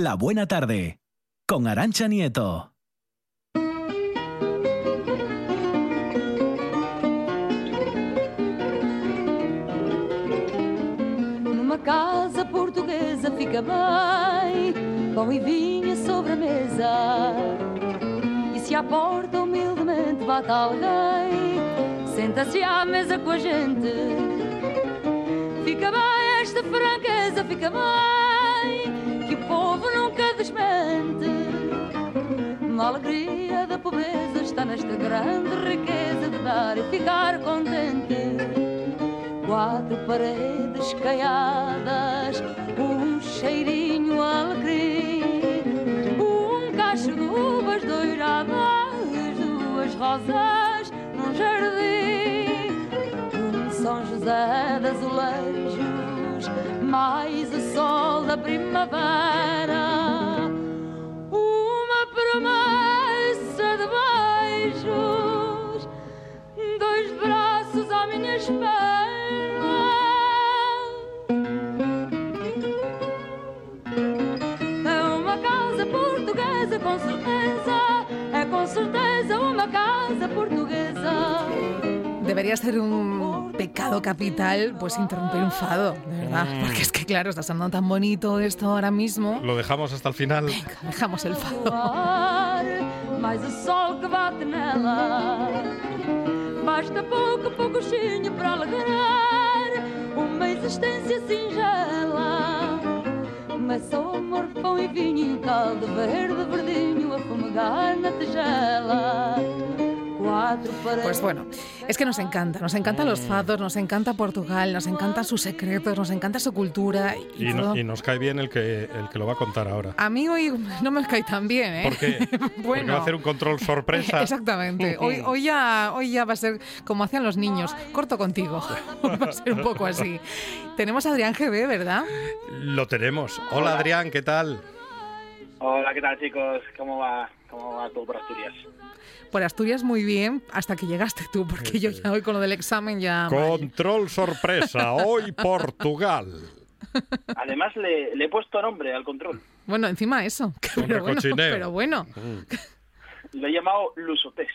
La Buena Tarde, con Arantxa Nieto. Numa casa portuguesa fica bem, pão e vinho sobre a mesa. E se à porta humildemente bate alguém, senta-se à mesa com a gente. Fica bem esta franqueza, fica bem, que o povo nunca desmente. A alegria da pobreza está nesta grande riqueza de dar e ficar contente. Quatro paredes caiadas, um cheirinho alegre, um cacho de uvas doiradas, duas rosas num jardim, um São José de azulejos, mais o sol da primavera, uma promessa de beijos, dois braços à minha espera. Com certeza uma casa portuguesa. Debería ser un pecado capital pues interrumpir un fado, de verdad, porque es que claro, está sonando tan bonito esto ahora mismo. Lo dejamos hasta el final. Venga, dejamos el fado. Mais o sol que bate nela, basta pouco chinho para alegrar uma existência singela. Começa o amor, pão e vinho, caldo verde, verdinho, a fumegar na tigela. Pues bueno, es que nos encantan los fados, nos encanta Portugal, nos encantan sus secretos, nos encanta su cultura. Y nos cae bien el que lo va a contar ahora. A mí hoy no me cae tan bien, ¿eh? ¿Por qué? Bueno, porque va a hacer un control sorpresa. Exactamente. Hoy ya va a ser como hacían los niños, corto contigo. Hoy va a ser un poco así. Tenemos a Adrián GB, ¿verdad? Lo tenemos. Hola Adrián, ¿qué tal? Hola, ¿qué tal chicos? ¿Cómo va todo por Asturias? Por Asturias muy bien, hasta que llegaste tú, porque yo ya hoy con lo del examen ya... Control sorpresa, hoy Portugal. Además le he puesto nombre al control. Bueno, encima eso. Pero bueno. Lo he llamado Lusotest.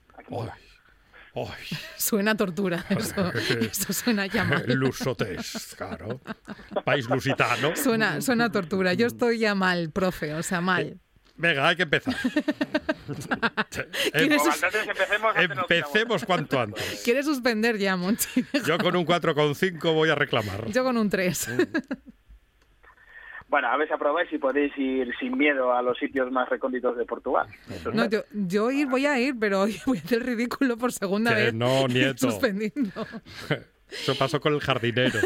Suena a tortura, eso suena a llamar. Lusotest, claro. País lusitano. Suena a tortura. Yo estoy ya mal, profe, o sea, mal. Venga, hay que empezar. Empecemos cuanto antes. ¿Quieres suspender ya, Monchi? Yo con un 4,5 voy a reclamar. Yo con un 3. Bueno, a ver si aprobáis y podéis ir sin miedo a los sitios más recónditos de Portugal. No, yo voy a ir, pero hoy voy a hacer el ridículo por segunda vez. No, nieto. Suspendiendo. Eso pasó con el jardinero.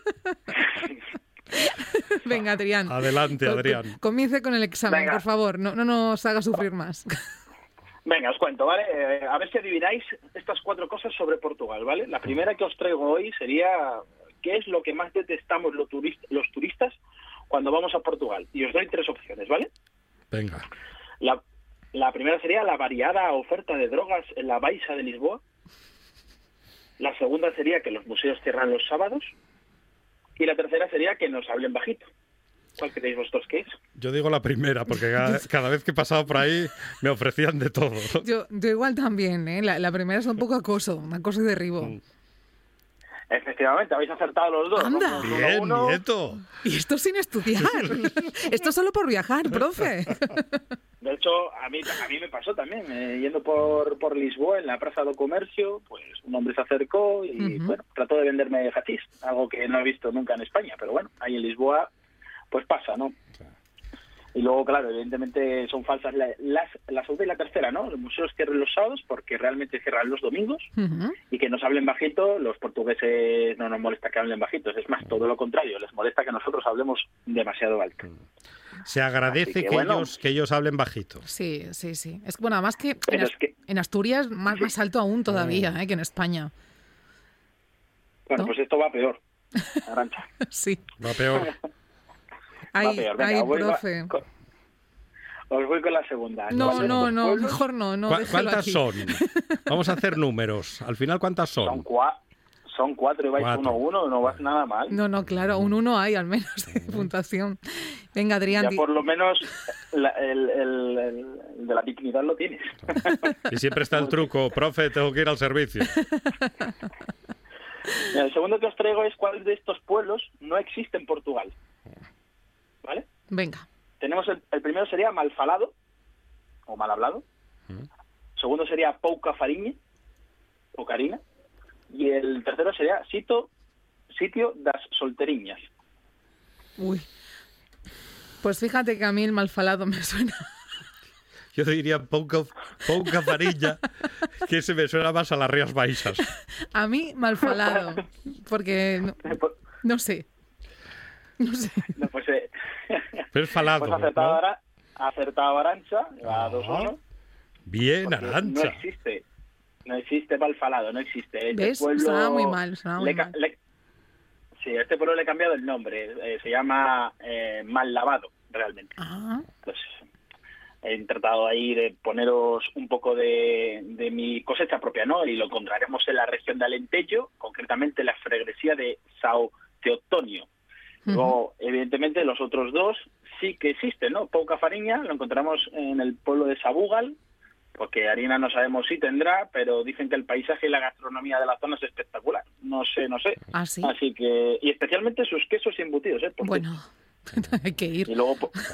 Venga, Adrián. Adelante, Adrián. Comience con el examen, venga. Por favor. No nos haga sufrir más. Venga, os cuento, ¿vale? A ver si adivináis estas 4 cosas sobre Portugal, ¿vale? La primera que os traigo hoy sería ¿qué es lo que más detestamos los turistas cuando vamos a Portugal? Y os doy 3 opciones, ¿vale? Venga. La primera sería la variada oferta de drogas en la Baixa de Lisboa. La segunda sería que los museos cierran los sábados. Y la tercera sería que nos hablen bajito. ¿Cuál creéis vosotros que es? Yo digo la primera, porque cada vez que he pasado por ahí me ofrecían de todo. Yo igual también, ¿eh? La primera es un poco acoso y derribo. Efectivamente, habéis acertado los dos. ¡Anda! ¿No? Bien, nieto. Y esto sin estudiar. Esto solo por viajar, profe. De hecho, a mí me pasó también. Yendo por Lisboa, en la Praza do Comercio, pues un hombre se acercó y bueno, trató de venderme hachís, algo que no he visto nunca en España, pero bueno, ahí en Lisboa pues pasa, ¿no? Y luego, claro, evidentemente son falsas la segunda y la tercera, ¿no? Los museos cierran los sábados porque realmente cierran los domingos y que nos hablen bajito, los portugueses no nos molesta que hablen bajitos, es más, todo lo contrario, les molesta que nosotros hablemos demasiado alto. Se agradece que ellos hablen bajito. Sí. Es que, bueno, además que en Asturias más alto aún todavía que en España. Bueno, ¿no? Pues esto va peor, Arantxa. Sí. Va peor. Ay, profe. Os voy con la segunda. No, mejor no. ¿Cuántas son? Vamos a hacer números. Al final, ¿cuántas son? Son 4 y vais 1-1, no vas nada mal. No, claro, un 1 hay al menos de puntuación. Venga, Adrián. Ya por lo menos el de la dignidad lo tienes. Y siempre está el truco, profe, tengo que ir al servicio. El segundo que os traigo es cuál de estos pueblos no existe en Portugal. ¿Vale? Venga. Tenemos el primero sería Malfalado, o mal hablado. Segundo sería Pouca Fariña, o Carina. Y el tercero sería Sitio das Solteriñas. Uy. Pues fíjate que a mí el Malfalado me suena. Yo diría pouca Fariña, que se me suena más a las Rías Baixas. A mí Malfalado, porque no sé. No, pues es falado. Pues acertado Arantxa, va 2-1. Bien, Arantxa. No existe Malfalado, no existe. ¿Ves? Pueblo Sonaba muy mal. Sí, a este pueblo le he cambiado el nombre. Se llama Mal Lavado, realmente. Pues he tratado ahí de poneros un poco de mi cosecha propia, ¿no? Y lo encontraremos en la región de Alentejo, concretamente en la freguesía de São Teotonio. Luego, evidentemente, los otros dos sí que existen, ¿no? Pouca Fariña lo encontramos en el pueblo de Sabugal, porque harina no sabemos si tendrá, pero dicen que el paisaje y la gastronomía de la zona es espectacular. No sé. ¿Ah, sí? Así que, y especialmente sus quesos y embutidos, ¿eh? Bueno, hay que ir. Y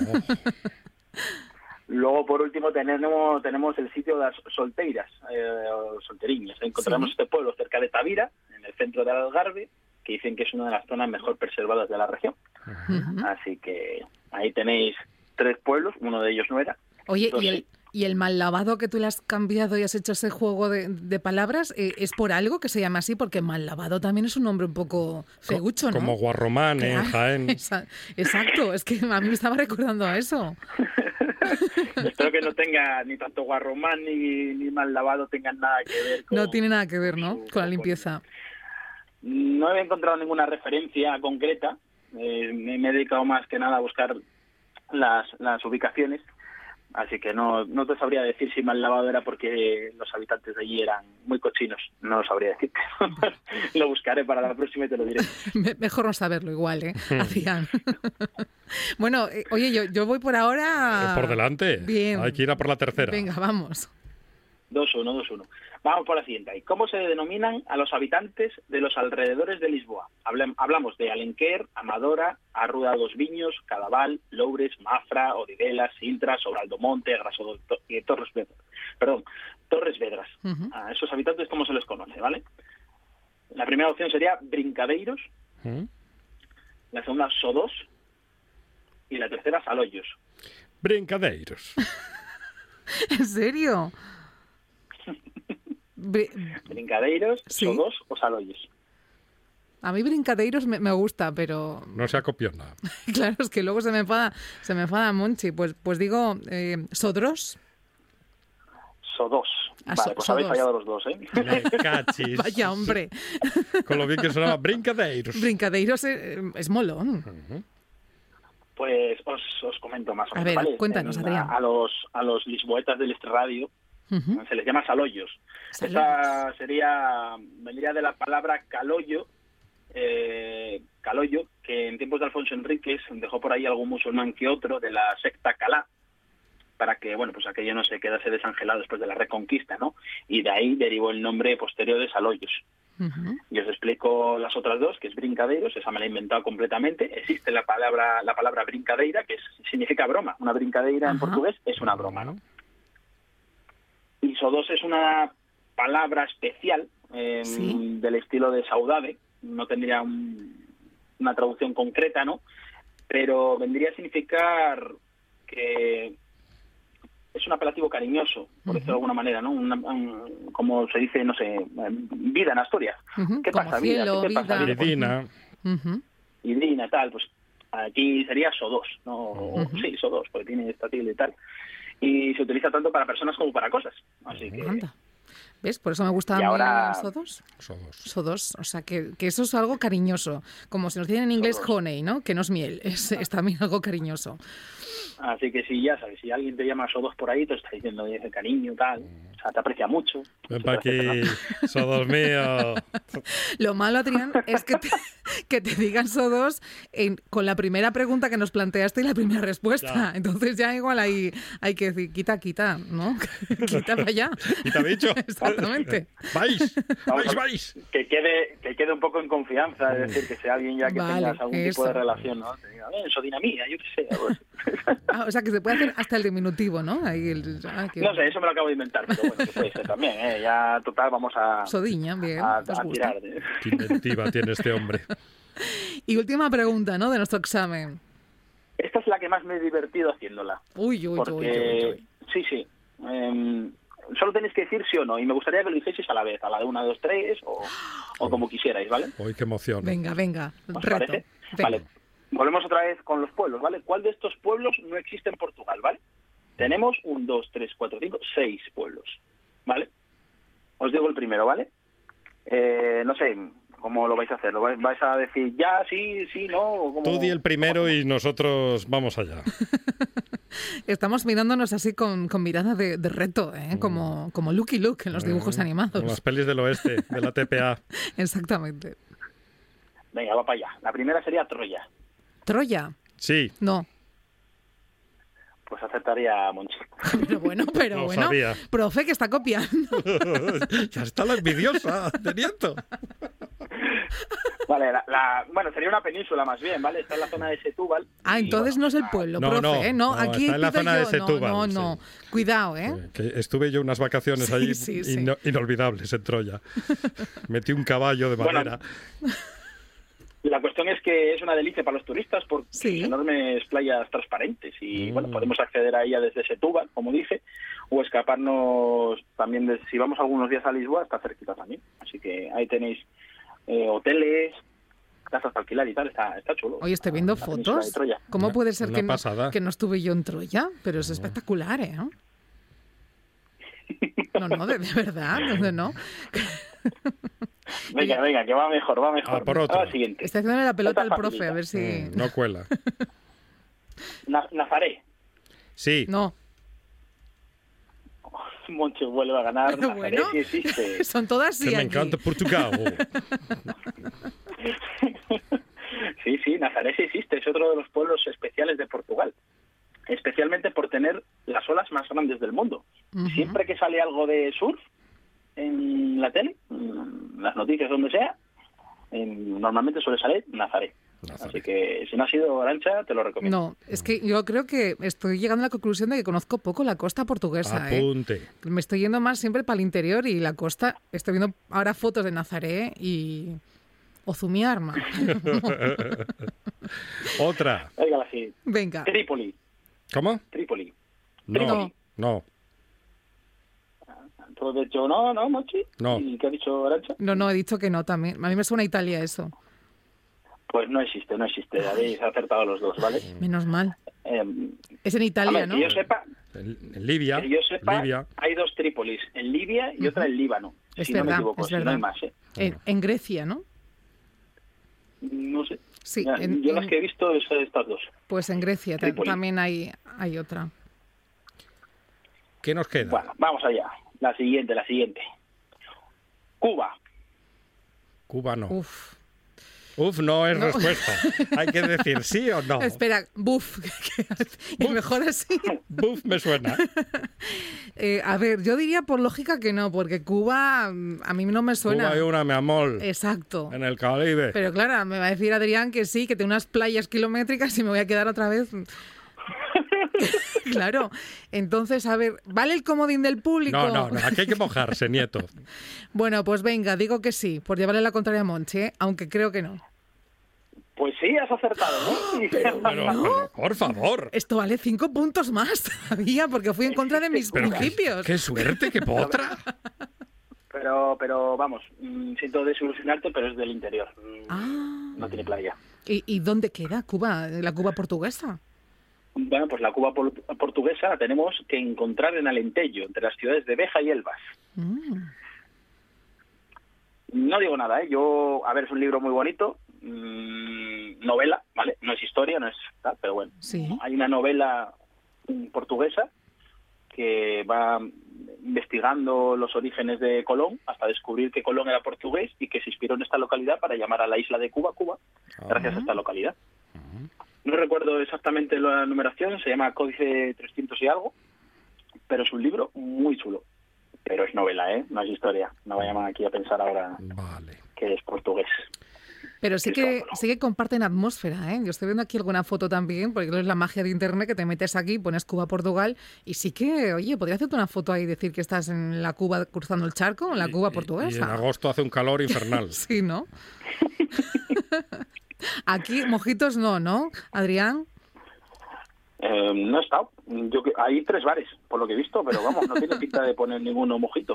luego por último tenemos el sitio de las Solteiras, Solteriñas. Encontramos este pueblo cerca de Tavira, en el centro del Algarve, que dicen que es una de las zonas mejor preservadas de la región. Así que ahí tenéis 3 pueblos, uno de ellos no era. Oye, ¿y el mal lavado que tú le has cambiado y has hecho ese juego de palabras, es por algo que se llama así? Porque mal lavado también es un nombre un poco feucho, ¿no? Como Guarromán en Jaén. Exacto, es que a mí me estaba recordando a eso. Espero que no tenga ni tanto Guarromán ni mal lavado tengan nada que ver con... No tiene nada que ver, ¿no? Con la limpieza. No he encontrado ninguna referencia concreta. Me he dedicado más que nada a buscar las ubicaciones. Así que no te sabría decir si mal lavado era porque los habitantes de allí eran muy cochinos. No lo sabría decirte. Lo buscaré para la próxima y te lo diré. Mejor no saberlo igual, ¿eh? Adrián. Bueno, oye, yo voy por ahora... Por delante. Bien. Hay que ir a por la tercera. Venga, vamos. 2-1. Vamos por la siguiente. ¿Cómo se denominan a los habitantes de los alrededores de Lisboa? Hablamos de Alenquer, Amadora, Arruda dos Viños, Cadaval, Loures, Mafra, Odivelas, Sintra, Sobraldomonte, Graso y Torres Vedras. A esos habitantes, ¿cómo se les conoce? ¿Vale? La primera opción sería Brincadeiros, la segunda Sodós y la tercera Salollos. Brincadeiros. ¿En serio? Brincadeiros, ¿sí? Sodós o Salollos. A mí Brincadeiros me gusta, pero... No se acopió nada. Claro, es que luego se me enfada Monchi. Pues digo, Sodrós. Sodós. Vale, pues habéis fallado los dos, ¿eh? Me cachis. Vaya, hombre. Con lo bien que sonaba Brincadeiros. Brincadeiros es molón. Pues os comento más o menos. A ver, ¿vale? Cuéntanos, Adrián. A los lisboetas del Radio se les llama Salollos. Esta vendría de la palabra calollo, que en tiempos de Alfonso Enríquez dejó por ahí algún musulmán que otro de la secta Calá, para que, bueno, pues aquello no se quedase desangelado después de la Reconquista, ¿no? Y de ahí derivó el nombre posterior de Salollos. Y os explico las otras dos, que es Brincadeiros, esa me la he inventado completamente. Existe la palabra brincadeira, que significa broma. Una brincadeira en portugués es una broma, ¿no? Y Sodós es una palabra especial del estilo de saudade, no tendría una traducción concreta, ¿no? Pero vendría a significar que es un apelativo cariñoso, por decirlo de alguna manera, ¿no? Como se dice, no sé, vida en Asturias. ¿Qué como pasa, cielo, vida? ¿Qué pasa, vida? Idina. Idina, tal, pues aquí sería Sodós, ¿no? Sí, Sodós, porque tiene esta tilde y tal. Y se utiliza tanto para personas como para cosas. Así que... Anda. ¿Ves? Por eso me gusta Y a mí ahora- Sodos. Sodos. Sodos, o sea, que eso es algo cariñoso. Como si nos dicen en inglés Sodos. honey, ¿no? Que no es miel, es también algo cariñoso. Así que si ya sabes, si alguien te llama Sodos por ahí, te está diciendo cariño, tal. O sea, te aprecia mucho. Ven para aquí, Sodos mío. Lo malo, Adrián, es que te digan Sodos con la primera pregunta que nos planteaste y la primera respuesta. Ya. Entonces ya igual hay que decir, quita, ¿no? Quita para allá. ¿Y te ha dicho? Exactamente. ¡Vais! Vamos ¡Vais, a- vais! Que quede un poco en confianza, es decir, que sea alguien ya que Vale, tengas algún eso. tipo de relación, ¿no? Te diga, eso dinamía, yo qué sé. Algo así. Ah, o sea, que se puede hacer hasta el diminutivo, ¿no? Ahí No sé, eso me lo acabo de inventar, pero bueno, que puede ser también, ¿eh? Ya, total, vamos a Sodiña, bien, a nos gusta. tirar. ¿eh? ¡Qué inventiva tiene este hombre! Y última pregunta, ¿no? De nuestro examen. Esta es la que más me he divertido haciéndola. Uy. Porque, sí. Solo tenéis que decir sí o no, y me gustaría que lo hicieseis a la vez, a la de 1, 2, 3, o como quisierais, ¿vale? ¡Uy, qué emoción! Venga, ¿Os reto. parece? Venga. Vale. Volvemos otra vez con los pueblos, ¿vale? ¿Cuál de estos pueblos no existe en Portugal, ¿vale? Tenemos 1, 2, 3, 4, 5, 6 pueblos, ¿vale? Os digo el primero, ¿vale? No sé cómo lo vais a hacer. ¿Lo vais a decir ya, sí, no? ¿O cómo? Tú di el primero y nosotros vamos allá. Estamos mirándonos así con mirada de reto, ¿eh? Como Lucky Luke en los dibujos Con animados. las pelis del oeste, de la TPA. Exactamente. Venga, va para allá. La primera sería Troya. Troya. Sí, No. Pues acertaría Monchi. Pero Lo bueno. sabía. Profe, que está copiando. ya está la envidiosa de Nieto. Vale, bueno, sería una península más bien, ¿vale? Está en la zona de Setúbal. Ah, y, entonces bueno, no es el pueblo, No, profe. no, ¿eh? no, Aquí está en la pido zona de yo. Setúbal, No. sí. Cuidado, ¿eh? Que estuve yo unas vacaciones Sí, allí sí, sí. inolvidables en Troya. Metí un caballo de Bueno, madera. La cuestión es que es una delicia para los turistas porque Sí. enormes playas transparentes y bueno, podemos acceder a ella desde Setúbal, como dije, o escaparnos también si vamos algunos días a Lisboa, está cerquita también. Así que ahí tenéis hoteles, casas para alquilar y tal, está chulo. Hoy estoy viendo La península de fotos. Troya. ¿Cómo puede ser una pasada. que no estuve yo en Troya? Pero es espectacular, ¿eh? No, de verdad, no. Venga, que va mejor. Ah, por otro. Ahora siguiente. Está haciéndole la pelota Esta al profe, a ver si... No cuela. Nazaré. Sí, No. Moncho vuelve a ganar. Nazaré Bueno, sí existe. son todas sí que me aquí. encanta Portugal. Sí, Nazaré sí existe, es otro de los pueblos especiales de Portugal, especialmente por tener las olas más grandes del mundo. Ujú. Siempre que sale algo de surf en la tele, en las noticias, donde sea, normalmente suele salir Nazaré. Nazaré. Así que si no has ido, Arantxa, te lo recomiendo. No, es que yo creo que estoy llegando a la conclusión de que conozco poco la costa portuguesa, ¿eh? Apunte. Me estoy yendo más siempre para el interior y la costa. Estoy viendo ahora fotos de Nazaré y... Ozumiarma. Otra. Venga, la siguiente. Venga. Trípoli. ¿Cómo? Trípoli. No. No. Tú has dicho no, Monchi. No. ¿Y qué ha dicho Arantxa? No, he dicho que no también. A mí me suena a Italia eso. Pues no existe. Habéis acertado los dos, ¿vale? Menos mal. Es en A Italia, ver, ¿no? que yo sepa, En Libia. que yo sepa, Libia. hay 2 Trípolis, en Libia y otra en Líbano. Es si no me verdad, equivoco, es si no verdad. hay más, ¿eh? En Grecia, ¿no? No sé. Sí, Ya, yo las que he visto es estas 2. Pues en Grecia Trípoli. también hay otra. ¿Qué nos queda? Bueno, vamos allá. La siguiente. Cuba. Cuba no. Uf. No es No. respuesta. Hay que decir sí o no. Espera, buf. Y mejor así. Buf me suena. A ver, yo diría por lógica que no, porque Cuba a mí no me suena. Cuba hay una, mi amor. Exacto. En el Caribe. Pero claro, me va a decir Adrián que sí, que tiene unas playas kilométricas y me voy a quedar otra vez. Claro. Entonces, a ver, ¿vale el comodín del público? No. Aquí hay que mojarse, Nieto. Bueno, pues venga, digo que sí, por llevarle la contraria a Monchi, ¿eh? Aunque creo que no. Pues sí, has acertado, ¿no? Pero, por favor. Esto vale 5 puntos más todavía, porque fui en contra de mis Pero principios. qué suerte, qué potra. Pero vamos, siento desilusionarte, pero es del interior. Ah. No tiene playa. ¿Y dónde queda Cuba? ¿La Cuba portuguesa? Bueno, pues la Cuba portuguesa la tenemos que encontrar en Alentejo, entre las ciudades de Beja y Elvas. No digo nada, ¿eh? Yo, a ver, es un libro muy bonito, novela, ¿vale? No es historia, no es tal, pero bueno. Sí. Hay una novela portuguesa que va investigando los orígenes de Colón hasta descubrir que Colón era portugués y que se inspiró en esta localidad para llamar a la isla de Cuba, gracias a esta localidad. No recuerdo exactamente la numeración, se llama Códice 300 y algo, pero es un libro muy chulo. Pero es novela, ¿eh? No es historia. No vayan aquí a pensar ahora que es portugués. Pero sí que comparten atmósfera, ¿eh? Yo estoy viendo aquí alguna foto también, porque es la magia de Internet, que te metes aquí, pones Cuba, Portugal, y sí que, oye, podría hacerte una foto ahí y decir que estás en la Cuba cruzando el charco, en la Cuba portuguesa. Y en agosto hace un calor infernal. Sí, ¿no? Aquí, mojitos no, Adrián. No he estado. Hay 3 bares, por lo que he visto, pero vamos, no tiene pinta de poner ninguno mojito.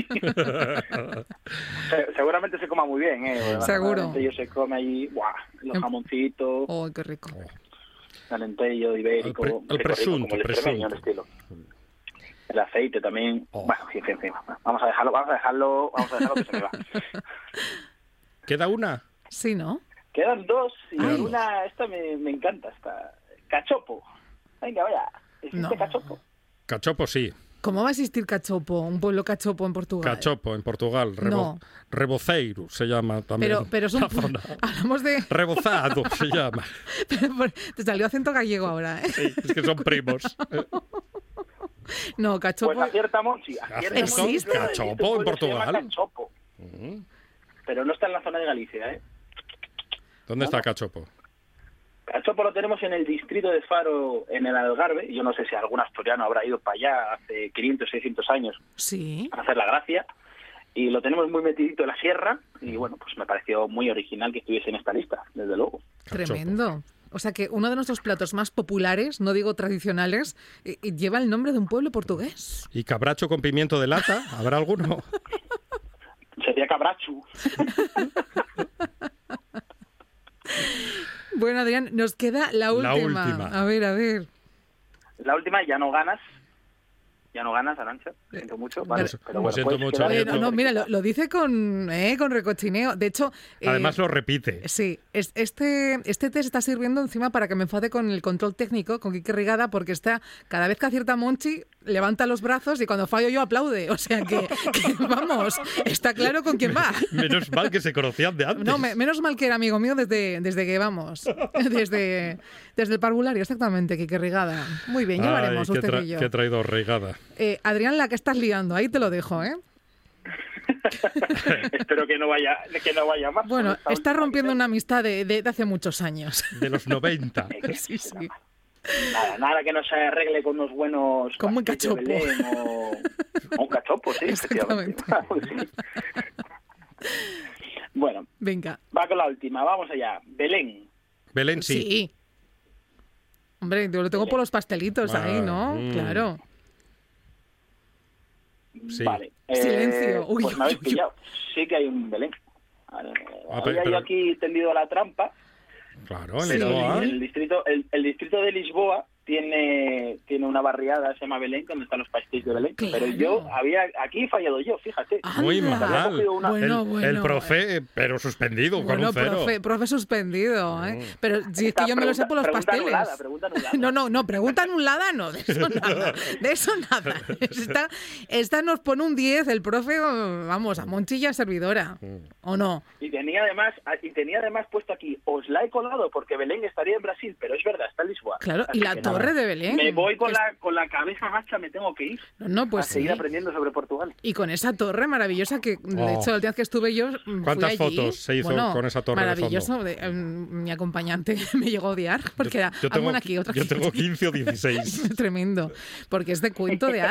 Seguramente se coma muy bien, ¿eh? Seguro. El se come ahí, los jamoncitos. ¡Oh, qué rico! El lentejo ibérico. El presunto, como el extremeño, el estilo. El aceite también. Bueno, en fin. Vamos a dejarlo que se me va. ¿Queda una? Sí, ¿no? Quedan 2 y una, esta me encanta, esta. Cachopo. Venga, vaya. ¿Existe cachopo? Cachopo sí. ¿Cómo va a existir cachopo? Un pueblo cachopo en Portugal. Cachopo en Portugal. Reboceiro se llama también. Pero es un zona. Hablamos de... Rebozado se llama. Te salió acento gallego ahora, ¿eh? Sí, es que son primos. No, cachopo... Pues acierta Monchi. ¿Existe? Cachopo en Portugal. Cachopo. Pero no está en la zona de Galicia, ¿eh? ¿Dónde está Cachopo? Cachopo lo tenemos en el distrito de Faro, en el Algarve. Yo no sé si algún asturiano habrá ido para allá hace 500, 600 años a hacer la gracia. Y lo tenemos muy metidito en la sierra. Y bueno, pues me pareció muy original que estuviese en esta lista, desde luego. Tremendo. O sea que uno de nuestros platos más populares, no digo tradicionales, lleva el nombre de un pueblo portugués. ¿Y cabracho con pimiento de lata? ¿Habrá alguno? Sería cabrachu. Bueno, Adrián, nos queda la última. A ver. La última, ya no ganas, Arantxa. Siento mucho. Vale, pero bueno, siento mucho. No, mira, lo dice con recochineo. De hecho... Además lo repite. Sí. Este test está sirviendo encima para que me enfade con el control técnico, con Quique Rigada, porque cada vez que acierta Monchi, levanta los brazos y cuando fallo yo aplaude. O sea que vamos, está claro con quién va. Menos mal que se conocían de antes. No, menos mal que era amigo mío desde que vamos. Desde el parvulario, exactamente, Quique Rigada. Muy bien, ya lo haremos usted y yo. Qué traidor, Rigada. Adrián, la que estás liando, ahí te lo dejo, ¿eh? Espero que no vaya más. Bueno, está rompiendo una amistad de hace muchos años. De los 90. Sí. Nada que no se arregle con unos buenos... Con un cachopo. O un cachopo, sí, efectivamente. Bueno, venga. Va con la última, vamos allá. Belén. Belén, sí. Hombre, yo lo tengo por los pastelitos ahí, ¿no? Claro. Sí. Vale. Silencio. Pues me habéis pillado. Sí que hay un Belén. Había yo aquí tendido la trampa. Claro, en Lisboa. El distrito de Lisboa tiene una barriada, se llama Belén, donde están los pastéis de Belén. Claro. Pero aquí he fallado yo, fíjate. Muy mal. Bueno. El profe, pero suspendido, con un 0. Profe suspendido, ¿eh? Pero si es que yo me lo sé por los pasteles. Pregunta anulada. No, pregunta anulada no, de eso nada. Esta nos pone un 10, el profe, vamos, a Monchilla servidora, ¿o no? Y tenía además puesto aquí, os la he colado porque Belén estaría en Brasil, pero es verdad, está en Lisboa. Claro, y la Torre de Belén. Me voy con la cabeza gacha, me tengo que ir. No, pues a seguir aprendiendo sobre Portugal. Y con esa torre maravillosa que, de hecho, el día que estuve yo, ¿cuántas fui allí. Fotos se hizo con esa torre maravilloso, de fondo? Mi acompañante me llegó a odiar porque yo tengo, aquí, otra yo tengo 15 o 16. Tremendo, porque es de cuento de